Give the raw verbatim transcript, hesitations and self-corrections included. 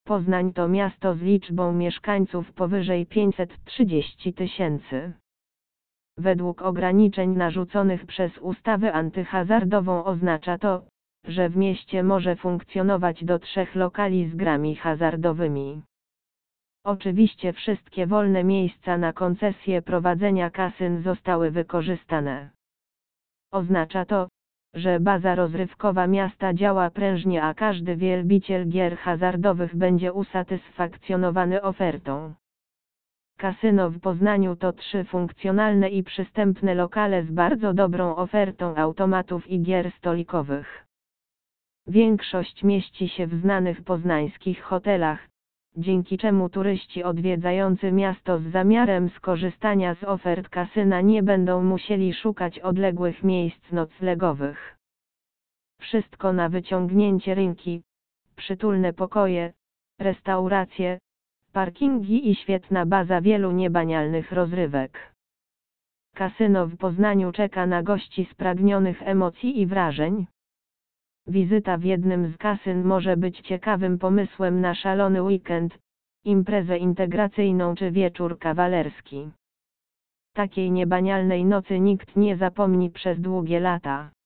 Poznań to miasto z liczbą mieszkańców powyżej pięćset trzydzieści tysięcy. Według ograniczeń narzuconych przez ustawę antyhazardową oznacza to, że w mieście może funkcjonować do trzech lokali z grami hazardowymi. Oczywiście wszystkie wolne miejsca na koncesję prowadzenia kasyn zostały wykorzystane. Oznacza to, że baza rozrywkowa miasta działa prężnie, a każdy wielbiciel gier hazardowych będzie usatysfakcjonowany ofertą. Kasyno w Poznaniu to trzy funkcjonalne i przystępne lokale z bardzo dobrą ofertą automatów i gier stolikowych. Większość mieści się w znanych poznańskich hotelach, dzięki czemu turyści odwiedzający miasto z zamiarem skorzystania z ofert kasyna nie będą musieli szukać odległych miejsc noclegowych. Wszystko na wyciągnięcie ręki, przytulne pokoje, restauracje, parkingi i świetna baza wielu niebanialnych rozrywek. Kasyno w Poznaniu czeka na gości spragnionych emocji i wrażeń. Wizyta w jednym z kasyn może być ciekawym pomysłem na szalony weekend, imprezę integracyjną czy wieczór kawalerski. Takiej niebanialnej nocy nikt nie zapomni przez długie lata.